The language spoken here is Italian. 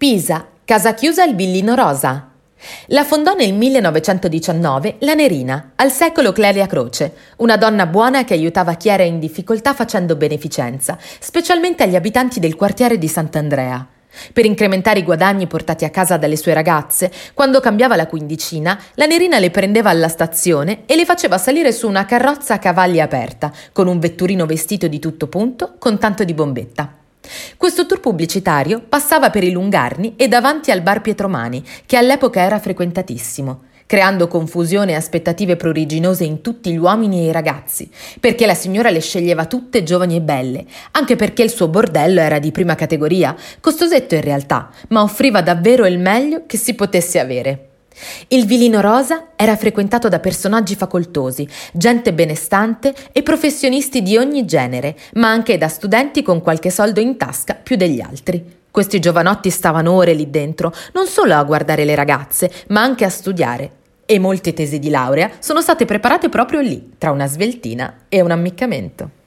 Pisa, casa chiusa il Villino Rosa. La fondò nel 1919 la Nerina, al secolo Clelia Croce, una donna buona che aiutava chi era in difficoltà facendo beneficenza, specialmente agli abitanti del quartiere di Sant'Andrea. Per incrementare i guadagni portati a casa dalle sue ragazze, quando cambiava la quindicina, la Nerina le prendeva alla stazione e le faceva salire su una carrozza a cavalli aperta, con un vetturino vestito di tutto punto, con tanto di bombetta. Questo tour pubblicitario passava per i Lungarni e davanti al bar Pietromani, che all'epoca era frequentatissimo, creando confusione e aspettative pruriginose in tutti gli uomini e i ragazzi, perché la signora le sceglieva tutte giovani e belle, anche perché il suo bordello era di prima categoria, costosetto in realtà, ma offriva davvero il meglio che si potesse avere. Il Villino Rosa era frequentato da personaggi facoltosi, gente benestante e professionisti di ogni genere, ma anche da studenti con qualche soldo in tasca più degli altri. Questi giovanotti stavano ore lì dentro, non solo a guardare le ragazze, ma anche a studiare. E molte tesi di laurea sono state preparate proprio lì, tra una sveltina e un ammiccamento.